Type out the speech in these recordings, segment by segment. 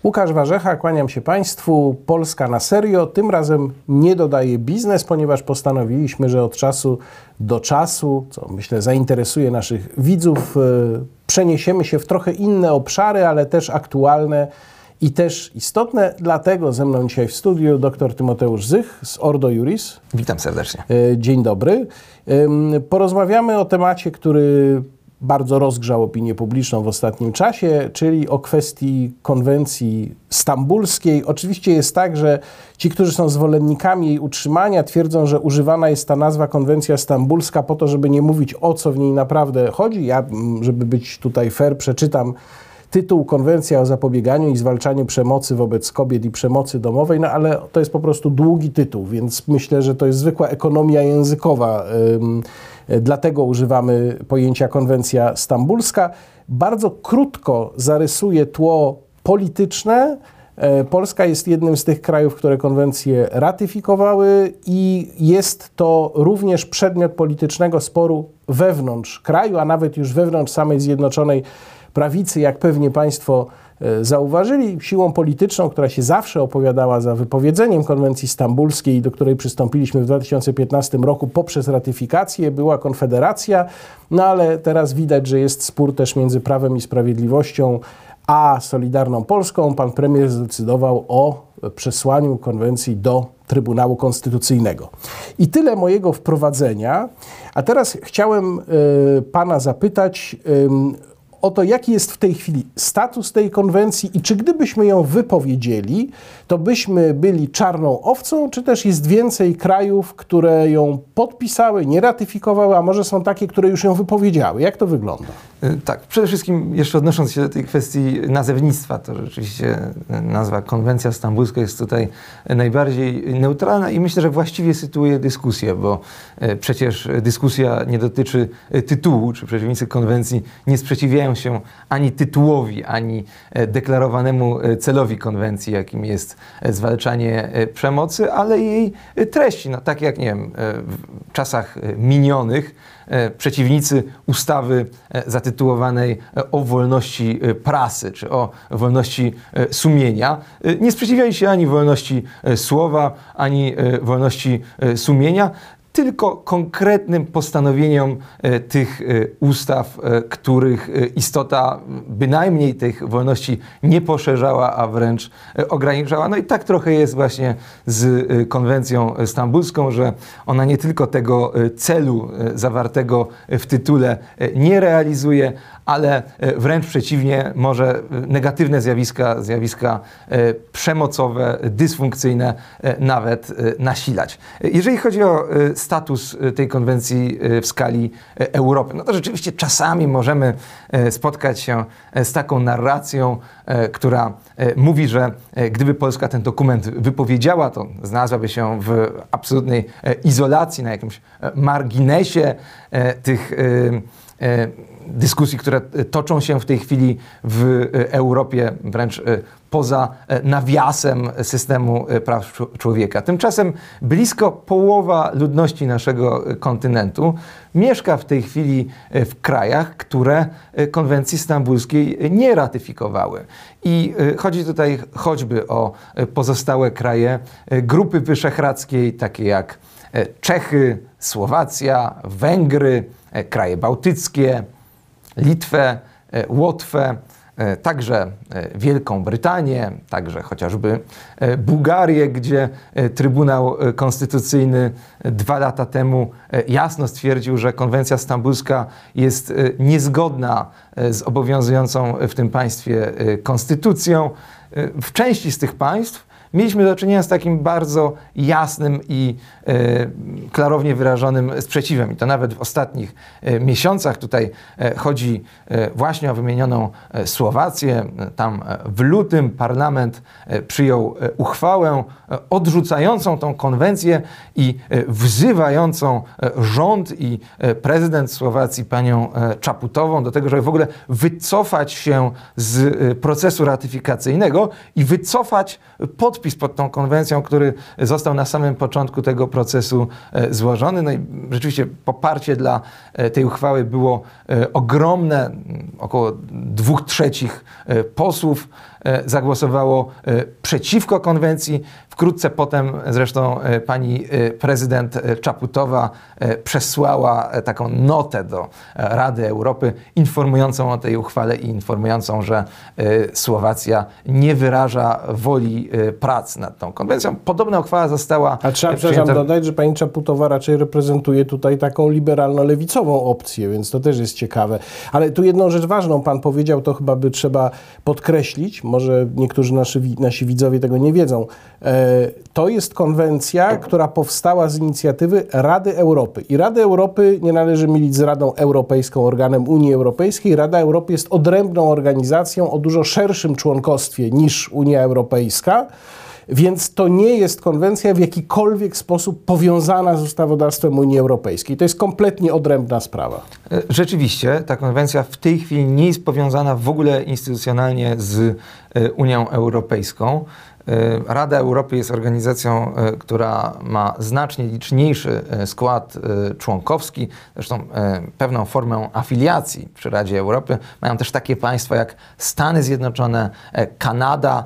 Łukasz Warzecha, kłaniam się Państwu. Polska na serio. Tym razem nie dodaję biznes, ponieważ postanowiliśmy, że od czasu do czasu, co myślę zainteresuje naszych widzów, przeniesiemy się w trochę inne obszary, ale też aktualne i też istotne. Dlatego ze mną dzisiaj w studiu dr Tymoteusz Zych z Ordo Iuris. Witam serdecznie. Dzień dobry. Porozmawiamy o temacie, który bardzo rozgrzał opinię publiczną w ostatnim czasie, czyli o kwestii konwencji stambulskiej. Oczywiście jest tak, że ci, którzy są zwolennikami jej utrzymania, twierdzą, że używana jest ta nazwa konwencja stambulska po to, żeby nie mówić, o co w niej naprawdę chodzi. Ja, żeby być tutaj fair, przeczytam tytuł: Konwencja o zapobieganiu i zwalczaniu przemocy wobec kobiet i przemocy domowej, no ale to jest po prostu długi tytuł, więc myślę, że to jest zwykła ekonomia językowa. Dlatego używamy pojęcia konwencja stambulska. Bardzo krótko zarysuję tło polityczne. Polska jest jednym z tych krajów, które konwencję ratyfikowały i jest to również przedmiot politycznego sporu wewnątrz kraju, a nawet już wewnątrz samej Zjednoczonej Prawicy, jak pewnie Państwo zauważyli. Siłą polityczną, która się zawsze opowiadała za wypowiedzeniem konwencji stambulskiej, do której przystąpiliśmy w 2015 roku poprzez ratyfikację, była Konfederacja, no ale teraz widać, że jest spór też między Prawem i Sprawiedliwością a Solidarną Polską. Pan premier zdecydował o przesłaniu konwencji do Trybunału Konstytucyjnego. I tyle mojego wprowadzenia. A teraz chciałem pana zapytać o to, jaki jest w tej chwili status tej konwencji i czy gdybyśmy ją wypowiedzieli, to byśmy byli czarną owcą, czy też jest więcej krajów, które ją podpisały, nie ratyfikowały, a może są takie, które już ją wypowiedziały. Jak to wygląda? Tak, przede wszystkim jeszcze odnosząc się do tej kwestii nazewnictwa, to rzeczywiście nazwa konwencja stambulska jest tutaj najbardziej neutralna i myślę, że właściwie sytuuje dyskusję, bo przecież dyskusja nie dotyczy tytułu, czy przeciwnicy konwencji nie sprzeciwiają się ani tytułowi, ani deklarowanemu celowi konwencji, jakim jest zwalczanie przemocy, ale jej treści. No, tak jak, nie wiem, w czasach minionych przeciwnicy ustawy zatytułowanej o wolności prasy, czy o wolności sumienia, nie sprzeciwiali się ani wolności słowa, ani wolności sumienia, tylko konkretnym postanowieniom tych ustaw, których istota bynajmniej tych wolności nie poszerzała, a wręcz ograniczała. No i tak trochę jest właśnie z konwencją stambulską, że ona nie tylko tego celu zawartego w tytule nie realizuje, ale wręcz przeciwnie, może negatywne zjawiska przemocowe, dysfunkcyjne nawet nasilać. Jeżeli chodzi o status tej konwencji w skali Europy, no to rzeczywiście czasami możemy spotkać się z taką narracją, która mówi, że gdyby Polska ten dokument wypowiedziała, to znalazłaby się w absolutnej izolacji, na jakimś marginesie tych dyskusji, które toczą się w tej chwili w Europie, wręcz poza nawiasem systemu praw człowieka. Tymczasem blisko połowa ludności naszego kontynentu mieszka w tej chwili w krajach, które konwencji stambulskiej nie ratyfikowały. I chodzi tutaj choćby o pozostałe kraje Grupy Wyszehradzkiej, takie jak Czechy, Słowacja, Węgry, kraje bałtyckie, Litwę, Łotwę, także Wielką Brytanię, także chociażby Bułgarię, gdzie Trybunał Konstytucyjny 2 lata temu jasno stwierdził, że konwencja stambulska jest niezgodna z obowiązującą w tym państwie konstytucją. W części z tych państw mieliśmy do czynienia z takim bardzo jasnym i klarownie wyrażonym sprzeciwem. I to nawet w ostatnich miesiącach. Tutaj chodzi właśnie o wymienioną Słowację. Tam w lutym parlament przyjął uchwałę odrzucającą tą konwencję i wzywającą rząd i prezydent Słowacji, panią Czaputową, do tego, żeby w ogóle wycofać się z procesu ratyfikacyjnego i wycofać podpisanie podpis pod tą konwencją, który został na samym początku tego procesu złożony. No i rzeczywiście poparcie dla tej uchwały było ogromne. Około 2/3 posłów zagłosowało przeciwko konwencji. Wkrótce potem zresztą pani prezydent Czaputowa przesłała taką notę do Rady Europy informującą o tej uchwale i informującą, że Słowacja nie wyraża woli prac nad tą konwencją. Podobna uchwała została A trzeba, przepraszam, dodać, że pani Czaputowa raczej reprezentuje tutaj taką liberalno-lewicową opcję, więc to też jest ciekawe. Ale tu jedną rzecz ważną pan powiedział, to chyba by trzeba podkreślić, może niektórzy nasi widzowie tego nie wiedzą. To jest konwencja, która powstała z inicjatywy Rady Europy. I Rady Europy nie należy mylić z Radą Europejską, organem Unii Europejskiej. Rada Europy jest odrębną organizacją o dużo szerszym członkostwie niż Unia Europejska. Więc to nie jest konwencja w jakikolwiek sposób powiązana z ustawodawstwem Unii Europejskiej. To jest kompletnie odrębna sprawa. Rzeczywiście, ta konwencja w tej chwili nie jest powiązana w ogóle instytucjonalnie z Unią Europejską. Rada Europy jest organizacją, która ma znacznie liczniejszy skład członkowski, zresztą pewną formę afiliacji przy Radzie Europy. Mają też takie państwa jak Stany Zjednoczone, Kanada.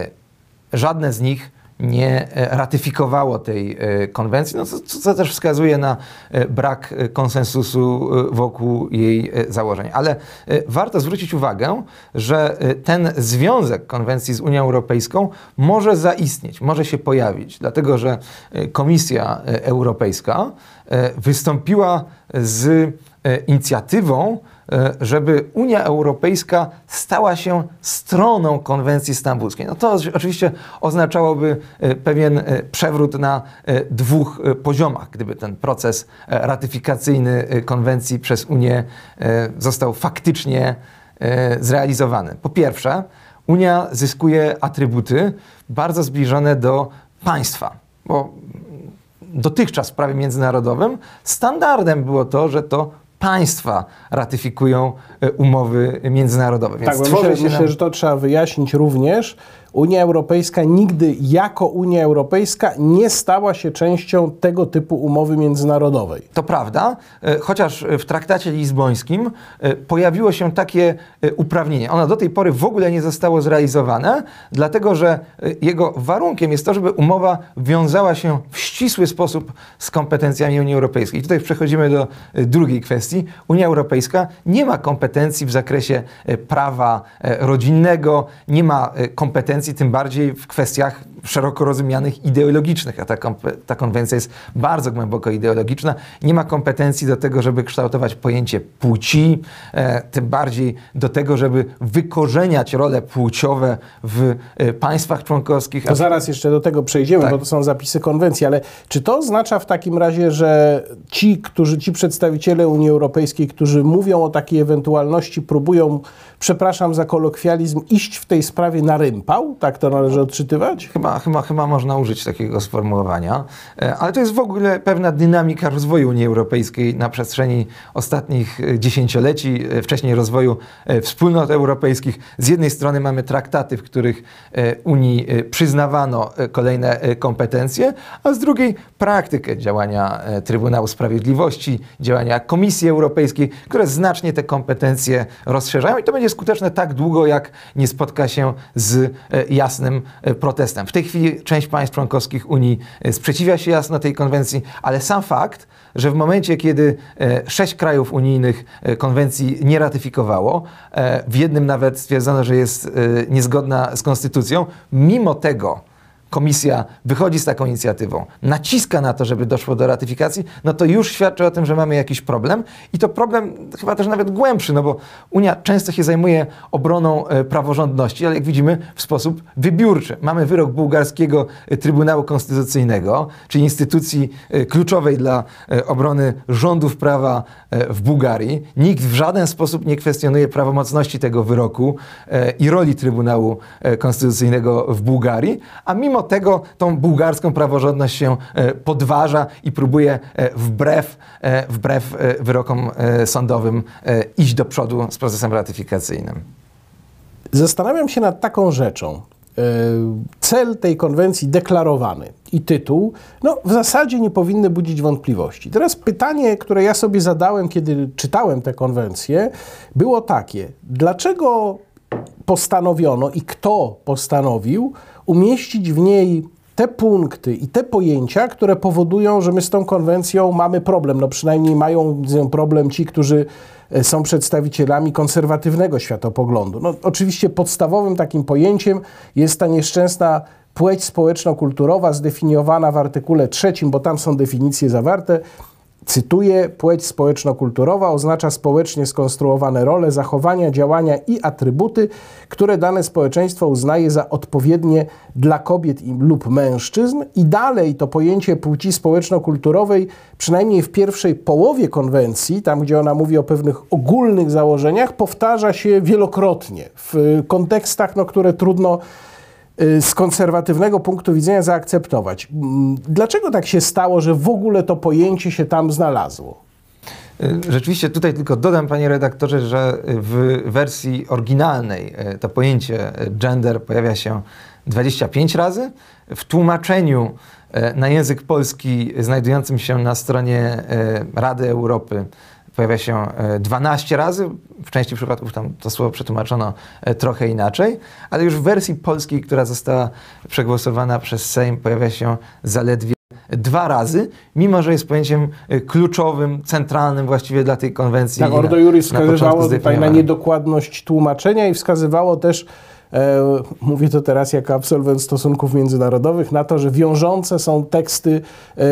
Żadne z nich nie ratyfikowało tej konwencji, no co też wskazuje na brak konsensusu wokół jej założeń. Ale warto zwrócić uwagę, że ten związek konwencji z Unią Europejską może zaistnieć, może się pojawić, dlatego że Komisja Europejska wystąpiła z inicjatywą, żeby Unia Europejska stała się stroną konwencji stambulskiej. No to oczywiście oznaczałoby pewien przewrót na 2 poziomach, gdyby ten proces ratyfikacyjny konwencji przez Unię został faktycznie zrealizowany. Po pierwsze, Unia zyskuje atrybuty bardzo zbliżone do państwa, bo dotychczas w prawie międzynarodowym standardem było to, że to państwa ratyfikują umowy międzynarodowe. Więc tak, myślę, że to trzeba wyjaśnić również. Unia Europejska nigdy jako Unia Europejska nie stała się częścią tego typu umowy międzynarodowej. To prawda, chociaż w traktacie lizbońskim pojawiło się takie uprawnienie. Ono do tej pory w ogóle nie zostało zrealizowane, dlatego że jego warunkiem jest to, żeby umowa wiązała się w ścisły sposób z kompetencjami Unii Europejskiej. I tutaj przechodzimy do drugiej kwestii. Unia Europejska nie ma kompetencji w zakresie prawa rodzinnego, nie ma kompetencji tym bardziej w kwestiach szeroko rozumianych ideologicznych, a ta konwencja jest bardzo głęboko ideologiczna. Nie ma kompetencji do tego, żeby kształtować pojęcie płci, tym bardziej do tego, żeby wykorzeniać role płciowe w państwach członkowskich. To zaraz jeszcze do tego przejdziemy, tak, bo to są zapisy konwencji, ale czy to oznacza w takim razie, że ci przedstawiciele Unii Europejskiej, którzy mówią o takiej ewentualności, próbują, przepraszam za kolokwializm, iść w tej sprawie na rympał? Tak to należy odczytywać? Chyba można użyć takiego sformułowania, ale to jest w ogóle pewna dynamika rozwoju Unii Europejskiej na przestrzeni ostatnich dziesięcioleci, wcześniej rozwoju wspólnot europejskich. Z jednej strony mamy traktaty, w których Unii przyznawano kolejne kompetencje, a z drugiej praktykę działania Trybunału Sprawiedliwości, działania Komisji Europejskiej, które znacznie te kompetencje rozszerzają i to będzie skuteczne tak długo, jak nie spotka się z jasnym protestem. W tej chwili część państw członkowskich Unii sprzeciwia się jasno tej konwencji, ale sam fakt, że w momencie, kiedy 6 krajów unijnych konwencji nie ratyfikowało, w jednym nawet stwierdzono, że jest niezgodna z konstytucją, mimo tego Komisja wychodzi z taką inicjatywą, naciska na to, żeby doszło do ratyfikacji, no to już świadczy o tym, że mamy jakiś problem i to problem chyba też nawet głębszy, no bo Unia często się zajmuje obroną praworządności, ale jak widzimy w sposób wybiórczy. Mamy wyrok bułgarskiego Trybunału Konstytucyjnego, czyli instytucji kluczowej dla obrony rządów prawa w Bułgarii. Nikt w żaden sposób nie kwestionuje prawomocności tego wyroku i roli Trybunału Konstytucyjnego w Bułgarii, a mimo tego tą bułgarską praworządność się podważa i próbuje wbrew wyrokom sądowym iść do przodu z procesem ratyfikacyjnym. Zastanawiam się nad taką rzeczą. cel tej konwencji deklarowany i tytuł, no w zasadzie nie powinny budzić wątpliwości. Teraz pytanie, które ja sobie zadałem, kiedy czytałem tę konwencję, było takie: dlaczego postanowiono i kto postanowił umieścić w niej te punkty i te pojęcia, które powodują, że my z tą konwencją mamy problem, no przynajmniej mają z nią problem ci, którzy są przedstawicielami konserwatywnego światopoglądu. No, oczywiście podstawowym takim pojęciem jest ta nieszczęsna płeć społeczno-kulturowa zdefiniowana w artykule 3, bo tam są definicje zawarte. Cytuję: płeć społeczno-kulturowa oznacza społecznie skonstruowane role, zachowania, działania i atrybuty, które dane społeczeństwo uznaje za odpowiednie dla kobiet lub mężczyzn. I dalej to pojęcie płci społeczno-kulturowej, przynajmniej w pierwszej połowie konwencji, tam gdzie ona mówi o pewnych ogólnych założeniach, powtarza się wielokrotnie w kontekstach, no, które trudno z konserwatywnego punktu widzenia zaakceptować. Dlaczego tak się stało, że w ogóle to pojęcie się tam znalazło? Rzeczywiście tutaj tylko dodam, panie redaktorze, że w wersji oryginalnej to pojęcie gender pojawia się 25 razy. W tłumaczeniu na język polski znajdującym się na stronie Rady Europy pojawia się 12 razy. W części przypadków tam to słowo przetłumaczono trochę inaczej, ale już w wersji polskiej, która została przegłosowana przez Sejm, pojawia się zaledwie 2 razy, mimo że jest pojęciem kluczowym, centralnym właściwie dla tej konwencji. Tak, Ordo Iuris wskazywało tutaj na niedokładność tłumaczenia i wskazywało też, mówię to teraz jako absolwent stosunków międzynarodowych, na to, że wiążące są teksty,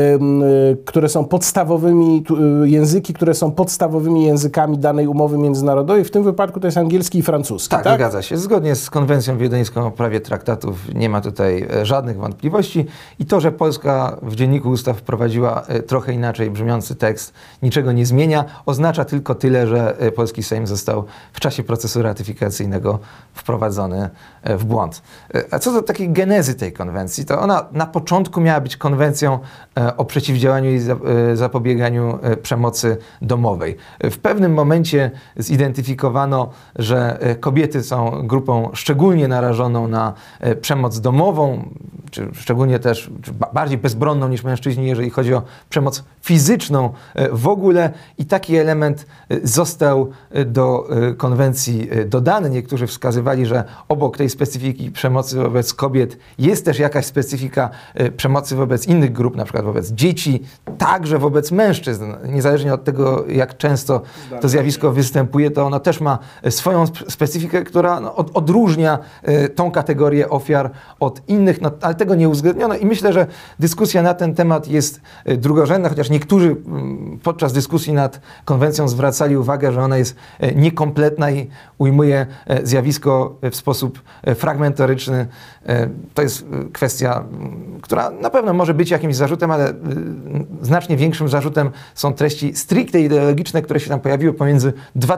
które są podstawowymi, języki, które są podstawowymi językami danej umowy międzynarodowej. W tym wypadku to jest angielski i francuski. Tak, zgadza się. Zgodnie z konwencją wiedeńską o prawie traktatów nie ma tutaj żadnych wątpliwości. I to, że Polska w Dzienniku Ustaw wprowadziła trochę inaczej brzmiący tekst, niczego nie zmienia. Oznacza tylko tyle, że polski Sejm został w czasie procesu ratyfikacyjnego wprowadzony w błąd. A co do takiej genezy tej konwencji, to ona na początku miała być konwencją o przeciwdziałaniu i zapobieganiu przemocy domowej. W pewnym momencie zidentyfikowano, że kobiety są grupą szczególnie narażoną na przemoc domową, czy szczególnie też czy bardziej bezbronną niż mężczyźni, jeżeli chodzi o przemoc fizyczną w ogóle, i taki element został do konwencji dodany. Niektórzy wskazywali, że obok tej specyfiki przemocy wobec kobiet jest też jakaś specyfika przemocy wobec innych grup, na przykład wobec dzieci, także wobec mężczyzn. Niezależnie od tego, jak często to zjawisko występuje, to ono też ma swoją specyfikę, która odróżnia tą kategorię ofiar od innych, no, ale tego nie uwzględniono i myślę, że dyskusja na ten temat jest drugorzędna, chociaż niektórzy podczas dyskusji nad konwencją zwracali uwagę, że ona jest niekompletna i ujmuje zjawisko w sposób fragmentaryczny. To jest kwestia, która na pewno może być jakimś zarzutem, ale znacznie większym zarzutem są treści stricte ideologiczne, które się tam pojawiły pomiędzy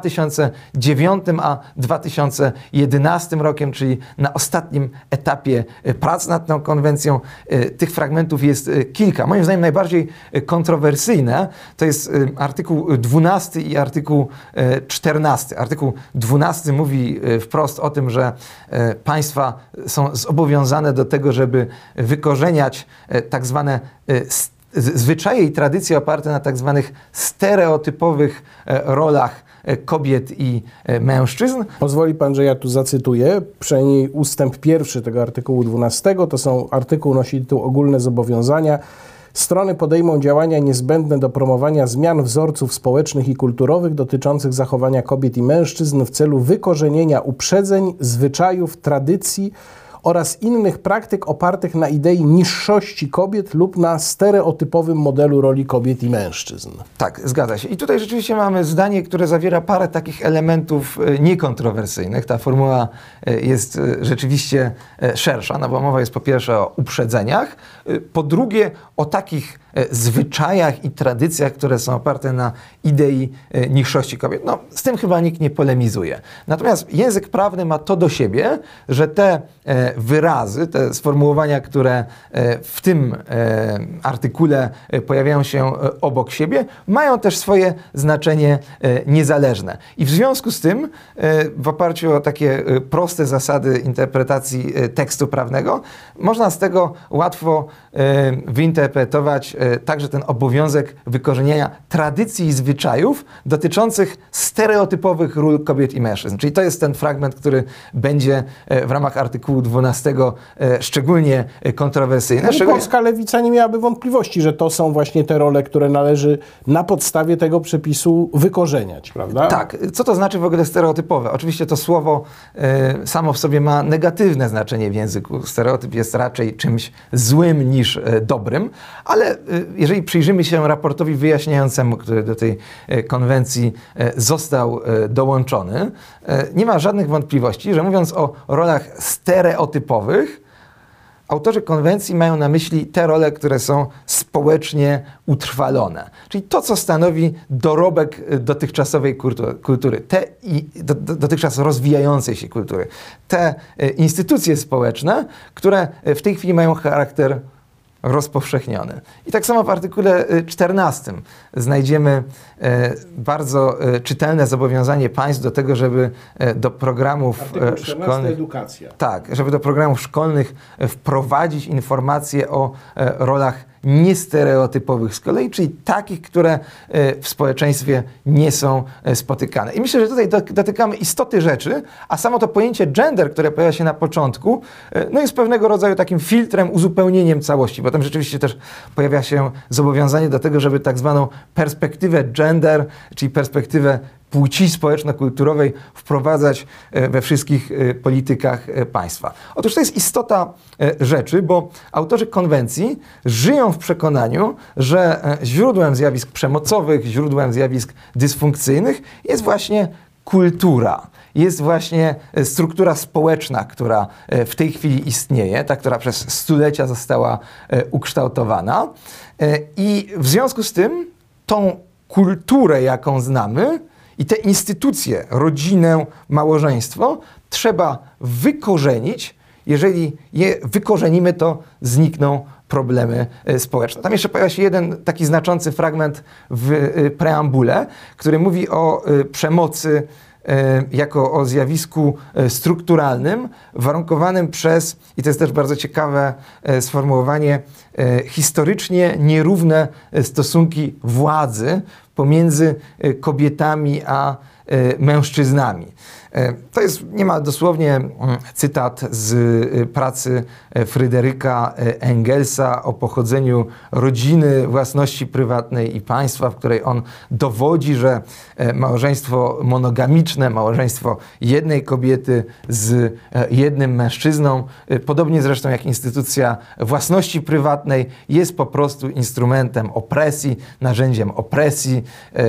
2009 a 2011 rokiem, czyli na ostatnim etapie prac nad tą konwencją. Tych fragmentów jest kilka. Moim zdaniem najbardziej kontrowersyjne to jest artykuł 12 i artykuł 14. Artykuł 12 mówi wprost o tym, że państwa są zobowiązane do tego, żeby wykorzeniać tak zwane zwyczaje i tradycje oparte na tak zwanych stereotypowych rolach kobiet i mężczyzn. Pozwoli pan, że ja tu zacytuję, przynajmniej ustęp 1 tego artykułu 12, to są artykuł nosi tytuł Ogólne zobowiązania. Strony podejmą działania niezbędne do promowania zmian wzorców społecznych i kulturowych dotyczących zachowania kobiet i mężczyzn w celu wykorzenienia uprzedzeń, zwyczajów, tradycji oraz innych praktyk opartych na idei niższości kobiet lub na stereotypowym modelu roli kobiet i mężczyzn. Tak, zgadza się. I tutaj rzeczywiście mamy zdanie, które zawiera parę takich elementów niekontrowersyjnych. Ta formuła jest rzeczywiście szersza, no bo mowa jest po pierwsze o uprzedzeniach, po drugie o takich zwyczajach i tradycjach, które są oparte na idei niższości kobiet. No, z tym chyba nikt nie polemizuje. Natomiast język prawny ma to do siebie, że te wyrazy, te sformułowania, które w tym artykule pojawiają się obok siebie, mają też swoje znaczenie niezależne. I w związku z tym, w oparciu o takie proste zasady interpretacji tekstu prawnego, można z tego łatwo wyinterpretować także ten obowiązek wykorzeniania tradycji i zwyczajów dotyczących stereotypowych ról kobiet i mężczyzn. Czyli to jest ten fragment, który będzie w ramach artykułu 12 szczególnie kontrowersyjny. Polska lewica nie miałaby wątpliwości, że to są właśnie te role, które należy na podstawie tego przepisu wykorzeniać, prawda? Tak. Co to znaczy w ogóle stereotypowe? Oczywiście to słowo samo w sobie ma negatywne znaczenie w języku. Stereotyp jest raczej czymś złym niż dobrym, ale jeżeli przyjrzymy się raportowi wyjaśniającemu, który do tej konwencji został dołączony, nie ma żadnych wątpliwości, że mówiąc o rolach stereotypowych, autorzy konwencji mają na myśli te role, które są społecznie utrwalone. Czyli to, co stanowi dorobek dotychczasowej kultury, dotychczas rozwijającej się kultury. Te instytucje społeczne, które w tej chwili mają charakter rozpowszechniony. I tak samo w artykule 14 znajdziemy bardzo czytelne zobowiązanie państw do tego, żeby do programów szkolnych... Edukacja. Tak, żeby do programów szkolnych wprowadzić informacje o rolach niestereotypowych z kolei, czyli takich, które w społeczeństwie nie są spotykane. I myślę, że tutaj dotykamy istoty rzeczy, a samo to pojęcie gender, które pojawia się na początku, no jest pewnego rodzaju takim filtrem, uzupełnieniem całości, bo tam rzeczywiście też pojawia się zobowiązanie do tego, żeby tak zwaną perspektywę gender, czyli perspektywę płci społeczno-kulturowej wprowadzać we wszystkich politykach państwa. Otóż to jest istota rzeczy, bo autorzy konwencji żyją w przekonaniu, że źródłem zjawisk przemocowych, źródłem zjawisk dysfunkcyjnych jest właśnie kultura. Jest właśnie struktura społeczna, która w tej chwili istnieje, ta, która przez stulecia została ukształtowana. I w związku z tym tą kulturę, jaką znamy, i te instytucje, rodzinę, małżeństwo, trzeba wykorzenić. Jeżeli je wykorzenimy, to znikną problemy społeczne. Tam jeszcze pojawia się jeden taki znaczący fragment w preambule, który mówi o przemocy jako o zjawisku strukturalnym, warunkowanym przez, i to jest też bardzo ciekawe sformułowanie, historycznie nierówne stosunki władzy pomiędzy kobietami a mężczyznami. To jest niemal dosłownie cytat z pracy Fryderyka Engelsa o pochodzeniu rodziny, własności prywatnej i państwa, w której on dowodzi, że małżeństwo monogamiczne, małżeństwo jednej kobiety z jednym mężczyzną, podobnie zresztą jak instytucja własności prywatnej, jest po prostu instrumentem opresji, narzędziem opresji,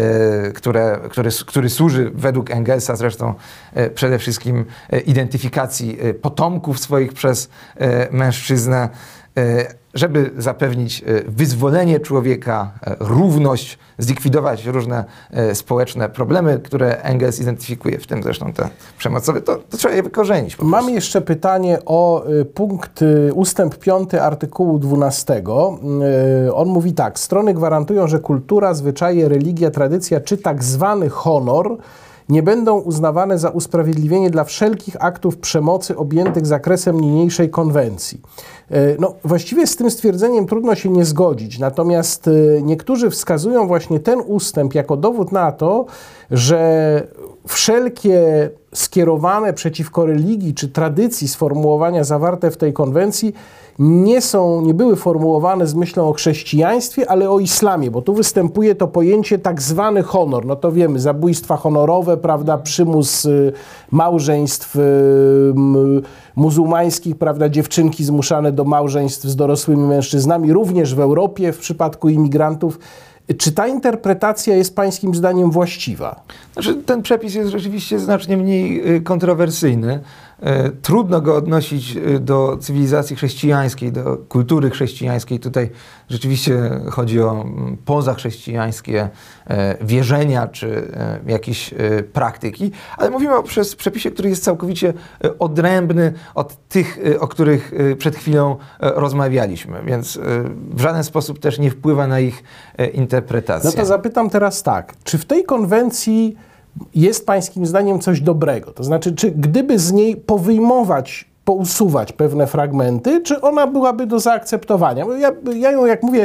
który służy według Engelsa zresztą przede wszystkim identyfikacji potomków swoich przez mężczyznę, żeby zapewnić wyzwolenie człowieka, równość, zlikwidować różne społeczne problemy, które Engels identyfikuje, w tym zresztą te przemocowe, to trzeba je wykorzenić. Mam jeszcze pytanie o ustęp 5 artykułu 12. On mówi tak: strony gwarantują, że kultura, zwyczaje, religia, tradycja czy tak zwany honor nie będą uznawane za usprawiedliwienie dla wszelkich aktów przemocy objętych zakresem niniejszej konwencji. No, właściwie z tym stwierdzeniem trudno się nie zgodzić, natomiast niektórzy wskazują właśnie ten ustęp jako dowód na to, że wszelkie skierowane przeciwko religii czy tradycji sformułowania zawarte w tej konwencji nie były formułowane z myślą o chrześcijaństwie, ale o islamie, bo tu występuje to pojęcie tak zwany honor. No to wiemy, zabójstwa honorowe, prawda, przymus małżeństw muzułmańskich, prawda, dziewczynki zmuszane do małżeństw z dorosłymi mężczyznami, również w Europie w przypadku imigrantów. Czy ta interpretacja jest pańskim zdaniem właściwa? Znaczy, ten przepis jest rzeczywiście znacznie mniej kontrowersyjny. Trudno go odnosić do cywilizacji chrześcijańskiej, do kultury chrześcijańskiej. Tutaj rzeczywiście chodzi o pozachrześcijańskie wierzenia czy jakieś praktyki, ale mówimy o przepisie, który jest całkowicie odrębny od tych, o których przed chwilą rozmawialiśmy, więc w żaden sposób też nie wpływa na ich interpretację. No to zapytam teraz tak, czy w tej konwencji jest pańskim zdaniem coś dobrego? To znaczy, czy gdyby z niej powyjmować, pousuwać pewne fragmenty, czy ona byłaby do zaakceptowania? Ja ją, jak mówię,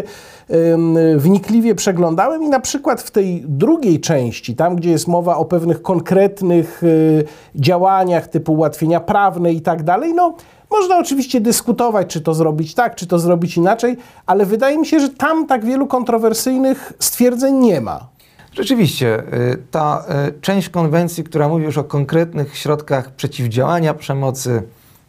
wnikliwie przeglądałem i na przykład w tej drugiej części, tam gdzie jest mowa o pewnych konkretnych działaniach typu ułatwienia prawne i tak dalej, no można oczywiście dyskutować, czy to zrobić tak, czy to zrobić inaczej, ale wydaje mi się, że tam tak wielu kontrowersyjnych stwierdzeń nie ma. Rzeczywiście, ta część konwencji, która mówi już o konkretnych środkach przeciwdziałania przemocy,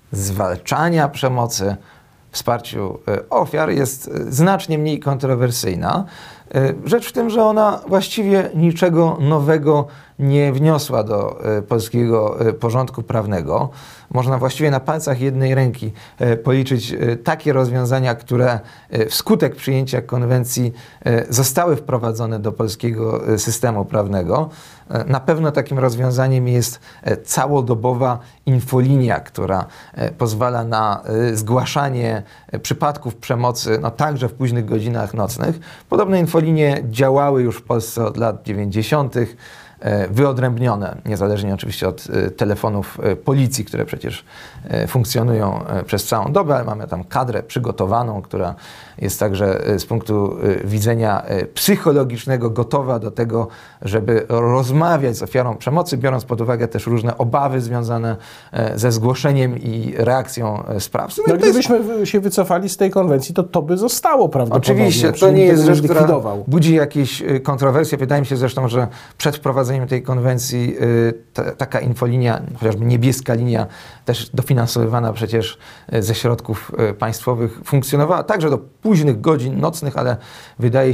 zwalczania przemocy, wsparciu ofiar, jest znacznie mniej kontrowersyjna. Rzecz w tym, że ona właściwie niczego nowego nie wniosła do polskiego porządku prawnego. Można właściwie na palcach jednej ręki policzyć takie rozwiązania, które wskutek przyjęcia konwencji zostały wprowadzone do polskiego systemu prawnego. Na pewno takim rozwiązaniem jest całodobowa infolinia, która pozwala na zgłaszanie przypadków przemocy, no także w późnych godzinach nocnych. Podobne infolinie działały już w Polsce od lat 90., wyodrębnione, niezależnie oczywiście od telefonów policji, które przecież funkcjonują przez całą dobę, ale mamy tam kadrę przygotowaną, która jest także z punktu widzenia psychologicznego gotowa do tego, żeby rozmawiać z ofiarą przemocy, biorąc pod uwagę też różne obawy związane ze zgłoszeniem i reakcją sprawcy. No gdybyśmy się wycofali z tej konwencji, to by zostało prawdopodobnie. Oczywiście, to nie jest rzecz, która budzi jakieś kontrowersje. Wydaje mi się zresztą, że przed wprowadzeniem tej konwencji taka infolinia, chociażby niebieska linia, też dofinansowywana przecież ze środków państwowych, funkcjonowała także do późnych godzin nocnych, ale wydaje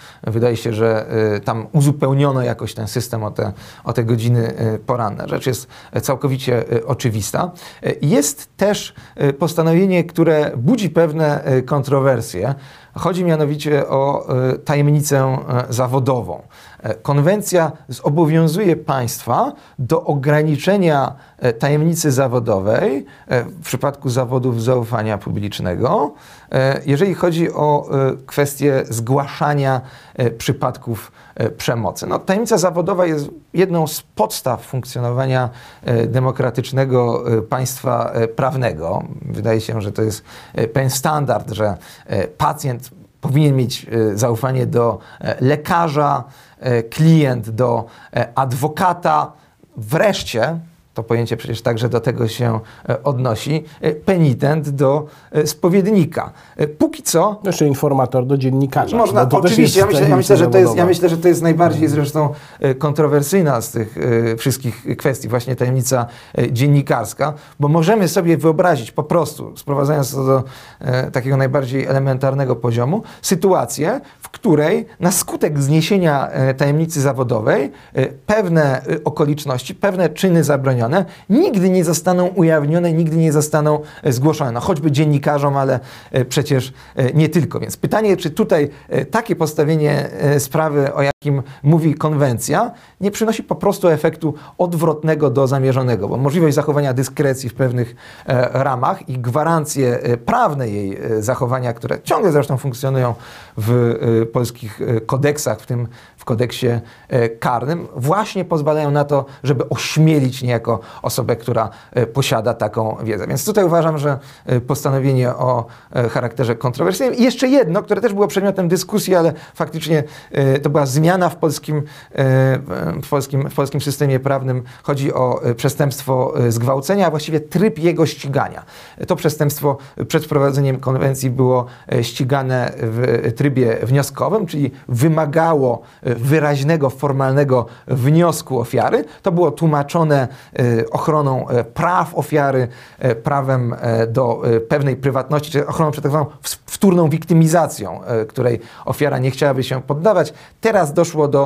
się, że tam uzupełniono jakoś ten system o te godziny poranne. Rzecz jest całkowicie oczywista. Jest też postanowienie, które budzi pewne kontrowersje. Chodzi mianowicie o tajemnicę zawodową. Konwencja zobowiązuje państwa do ograniczenia tajemnicy zawodowej w przypadku zawodów zaufania publicznego, jeżeli chodzi o kwestię zgłaszania przypadków przemocy. No, tajemnica zawodowa jest jedną z podstaw funkcjonowania demokratycznego państwa prawnego. Wydaje się, że to jest pewien standard, że pacjent powinien mieć zaufanie do lekarza, klient do adwokata. Wreszcie, to pojęcie przecież także do tego się odnosi, penitent do spowiednika. Póki co... Jeszcze informator do dziennikarza. Można, oczywiście, ja myślę, że to jest najbardziej zresztą kontrowersyjna z tych wszystkich kwestii, właśnie tajemnica dziennikarska, bo możemy sobie wyobrazić po prostu, sprowadzając to do takiego najbardziej elementarnego poziomu, sytuację, w której na skutek zniesienia tajemnicy zawodowej pewne okoliczności, pewne czyny zabronione nigdy nie zostaną ujawnione, nigdy nie zostaną zgłoszone. No, choćby dziennikarzom, ale przecież nie tylko. Więc pytanie, czy tutaj takie postawienie sprawy, o jakim mówi konwencja, nie przynosi po prostu efektu odwrotnego do zamierzonego, bo możliwość zachowania dyskrecji w pewnych ramach i gwarancje prawne jej zachowania, które ciągle zresztą funkcjonują w polskich kodeksach, w tym w kodeksie karnym, właśnie pozwalają na to, żeby ośmielić niejako osobę, która posiada taką wiedzę. Więc tutaj uważam, że postanowienie o charakterze kontrowersyjnym. I jeszcze jedno, które też było przedmiotem dyskusji, ale faktycznie to była zmiana w polskim systemie prawnym. Chodzi o przestępstwo zgwałcenia, a właściwie tryb jego ścigania. To przestępstwo przed wprowadzeniem konwencji było ścigane w trybie wnioskowym, czyli wymagało wyraźnego, formalnego wniosku ofiary. To było tłumaczone ochroną praw ofiary, prawem do pewnej prywatności, czy ochroną przed tak zwaną wtórną wiktymizacją, której ofiara nie chciałaby się poddawać. Teraz doszło do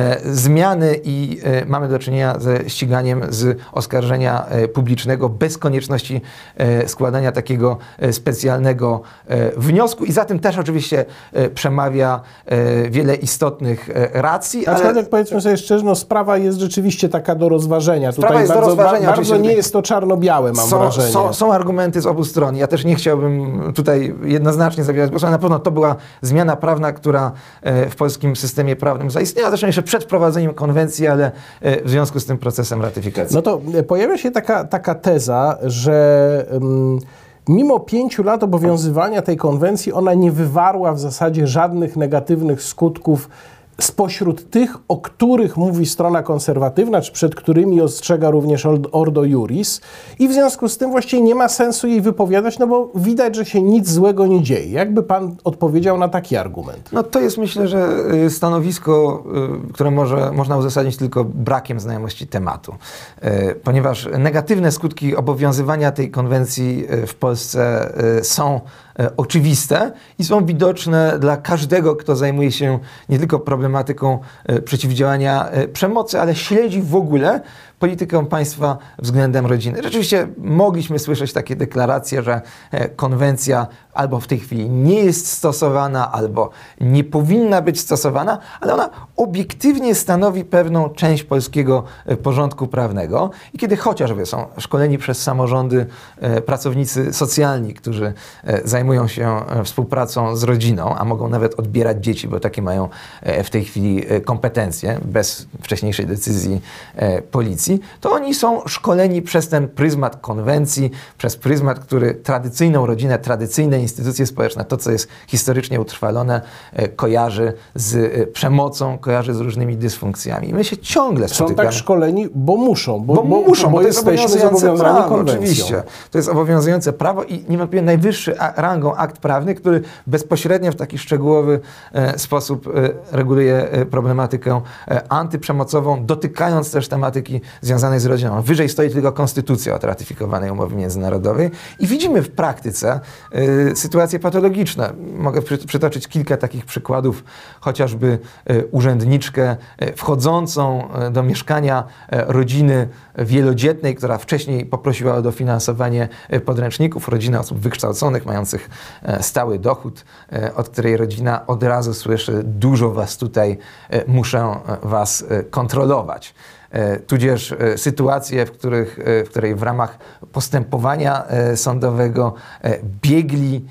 zmiany i mamy do czynienia ze ściganiem z oskarżenia publicznego bez konieczności składania takiego specjalnego wniosku i za tym też oczywiście przemawia wiele istotnych racji. Ale jak powiedzmy sobie szczerze, no sprawa jest rzeczywiście taka do rozważenia. Sprawa Tutaj jest bardzo, do rozważenia, bardzo nie jest to czarno-białe, mam wrażenie. Są argumenty z obu stron. Ja też nie chciałbym tutaj jednoznacznie zabierać głosu, ale na pewno to była zmiana prawna, która w polskim systemie prawnym zaistniała, zresztą jeszcze przed wprowadzeniem konwencji, ale w związku z tym procesem ratyfikacji. No to pojawia się taka teza, że mimo 5 lat obowiązywania tej konwencji ona nie wywarła w zasadzie żadnych negatywnych skutków spośród tych, o których mówi strona konserwatywna, czy przed którymi ostrzega również Ordo Iuris, i w związku z tym właściwie nie ma sensu jej wypowiadać, no bo widać, że się nic złego nie dzieje. Jakby pan odpowiedział na taki argument? No to jest, myślę, że stanowisko, które można uzasadnić tylko brakiem znajomości tematu, ponieważ negatywne skutki obowiązywania tej konwencji w Polsce są oczywiste i są widoczne dla każdego, kto zajmuje się nie tylko problematyką przeciwdziałania przemocy, ale śledzi w ogóle politykę państwa względem rodziny. Rzeczywiście mogliśmy słyszeć takie deklaracje, że konwencja albo w tej chwili nie jest stosowana, albo nie powinna być stosowana, ale ona obiektywnie stanowi pewną część polskiego porządku prawnego i kiedy chociażby są szkoleni przez samorządy pracownicy socjalni, którzy zajmują się współpracą z rodziną, a mogą nawet odbierać dzieci, bo takie mają w tej chwili kompetencje bez wcześniejszej decyzji policji, to oni są szkoleni przez ten pryzmat konwencji, przez pryzmat, który tradycyjną rodzinę, tradycyjne instytucje społeczne, to co jest historycznie utrwalone, kojarzy z przemocą, kojarzy z różnymi dysfunkcjami. I my się ciągle spotykamy. Są tak szkoleni, bo muszą, bo jesteśmy zobowiązani prawo, konwencją. oczywiście. To jest obowiązujące prawo i niewątpliwie najwyższy rangą akt prawny, który bezpośrednio w taki szczegółowy sposób reguluje problematykę antyprzemocową, dotykając też tematyki związanej z rodziną. Wyżej stoi tylko konstytucja od ratyfikowanej umowy międzynarodowej i widzimy w praktyce sytuacje patologiczne. Mogę przytoczyć kilka takich przykładów, chociażby urzędniczkę wchodzącą do mieszkania rodziny wielodzietnej, która wcześniej poprosiła o dofinansowanie podręczników, rodziny osób wykształconych, mających stały dochód, od której rodzina od razu słyszy: dużo was tutaj, muszę was kontrolować. Tudzież sytuacje, w której w ramach postępowania sądowego biegli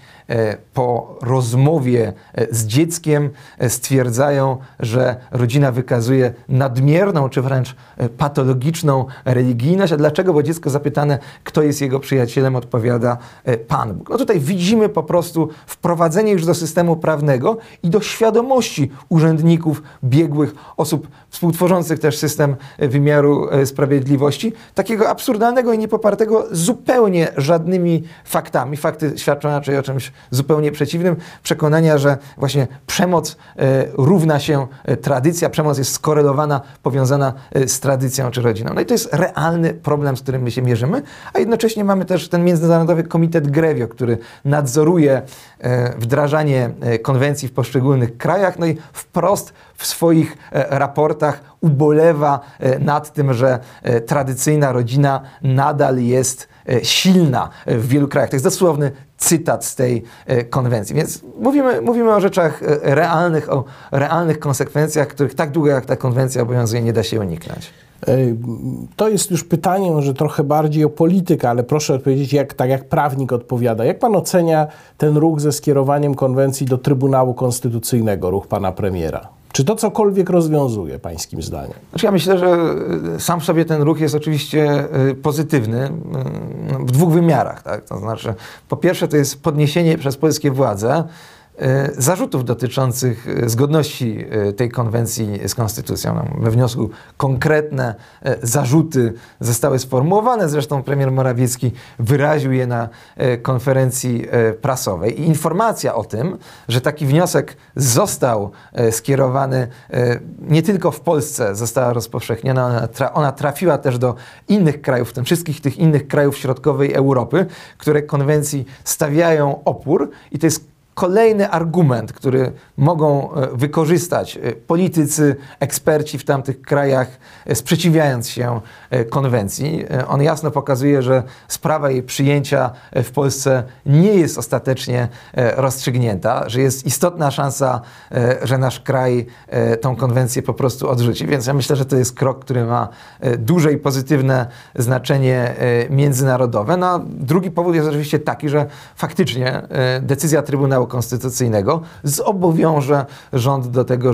po rozmowie z dzieckiem stwierdzają, że rodzina wykazuje nadmierną czy wręcz patologiczną religijność. A dlaczego? Bo dziecko zapytane, kto jest jego przyjacielem, odpowiada: Pan Bóg. No tutaj widzimy po prostu wprowadzenie już do systemu prawnego i do świadomości urzędników, biegłych, osób współtworzących też system wymiaru sprawiedliwości, takiego absurdalnego i niepopartego zupełnie żadnymi faktami. Fakty świadczą raczej o czymś zupełnie przeciwnym. Przekonania, że właśnie przemoc równa się tradycja, przemoc jest skorelowana, powiązana z tradycją czy rodziną. No i to jest realny problem, z którym my się mierzymy, a jednocześnie mamy też ten Międzynarodowy Komitet Grevio, który nadzoruje wdrażanie konwencji w poszczególnych krajach, no i wprost w swoich raportach ubolewa nad tym, że tradycyjna rodzina nadal jest silna w wielu krajach. To jest dosłowny cytat z tej konwencji. Więc mówimy o rzeczach realnych, o realnych konsekwencjach, których tak długo jak ta konwencja obowiązuje, nie da się uniknąć. To jest już pytanie może trochę bardziej o politykę, ale proszę odpowiedzieć, tak jak prawnik odpowiada. Jak pan ocenia ten ruch ze skierowaniem konwencji do Trybunału Konstytucyjnego, ruch pana premiera? Czy to cokolwiek rozwiązuje, pańskim zdaniem? Znaczy ja myślę, że sam w sobie ten ruch jest oczywiście pozytywny w dwóch wymiarach. Tak? To znaczy, po pierwsze, to jest podniesienie przez polskie władze zarzutów dotyczących zgodności tej konwencji z konstytucją. We wniosku konkretne zarzuty zostały sformułowane, zresztą premier Morawiecki wyraził je na konferencji prasowej. I informacja o tym, że taki wniosek został skierowany nie tylko w Polsce, została rozpowszechniona, ona trafiła też do innych krajów, w tym wszystkich tych innych krajów środkowej Europy, które konwencji stawiają opór, i to jest kolejny argument, który mogą wykorzystać politycy, eksperci w tamtych krajach, sprzeciwiając się konwencji. On jasno pokazuje, że sprawa jej przyjęcia w Polsce nie jest ostatecznie rozstrzygnięta, że jest istotna szansa, że nasz kraj tą konwencję po prostu odrzuci. Więc ja myślę, że to jest krok, który ma duże i pozytywne znaczenie międzynarodowe. No, a drugi powód jest oczywiście taki, że faktycznie decyzja Trybunału Konstytucyjnego zobowiąże rząd do tego,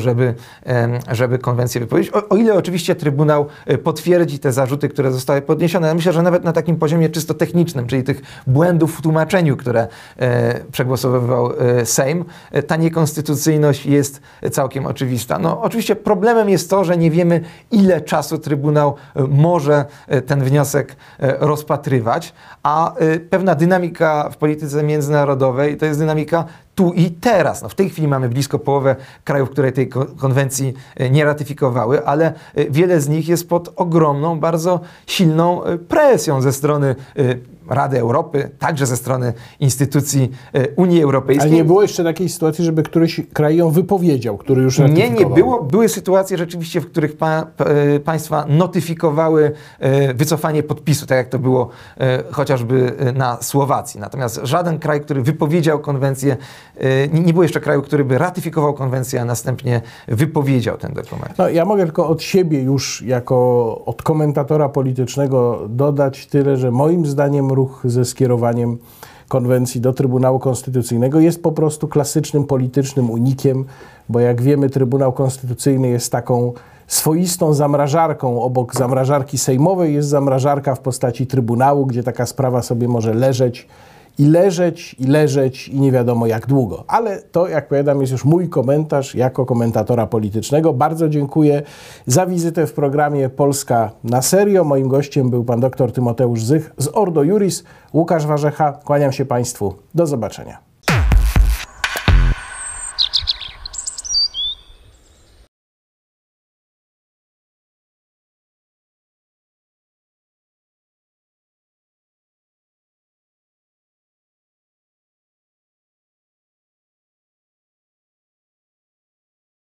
żeby konwencję wypowiedzieć. O ile oczywiście Trybunał potwierdzi te zarzuty, które zostały podniesione. Ja myślę, że nawet na takim poziomie czysto technicznym, czyli tych błędów w tłumaczeniu, które przegłosowywał Sejm, ta niekonstytucyjność jest całkiem oczywista. No, oczywiście problemem jest to, że nie wiemy, ile czasu Trybunał może ten wniosek rozpatrywać, a pewna dynamika w polityce międzynarodowej to jest dynamika tu i teraz. No, w tej chwili mamy blisko połowę krajów, które tej konwencji nie ratyfikowały, ale wiele z nich jest pod ogromną, bardzo silną presją ze strony Rady Europy, także ze strony instytucji Unii Europejskiej. Ale nie było jeszcze takiej sytuacji, żeby któryś kraj ją wypowiedział, który już ratyfikował? Nie było. Były sytuacje rzeczywiście, w których państwa notyfikowały wycofanie podpisu, tak jak to było chociażby na Słowacji. Natomiast żaden kraj, który wypowiedział konwencję, nie było jeszcze kraju, który by ratyfikował konwencję, a następnie wypowiedział ten dokument. No, ja mogę tylko od siebie już, od komentatora politycznego dodać tyle, że moim zdaniem ruch ze skierowaniem konwencji do Trybunału Konstytucyjnego jest po prostu klasycznym politycznym unikiem, bo jak wiemy, Trybunał Konstytucyjny jest taką swoistą zamrażarką. Obok zamrażarki sejmowej jest zamrażarka w postaci Trybunału, gdzie taka sprawa sobie może leżeć i nie wiadomo jak długo. Ale to, jak powiadam, jest już mój komentarz jako komentatora politycznego. Bardzo dziękuję za wizytę w programie Polska na serio. Moim gościem był pan dr Tymoteusz Zych z Ordo Iuris. Łukasz Warzecha, kłaniam się państwu. Do zobaczenia.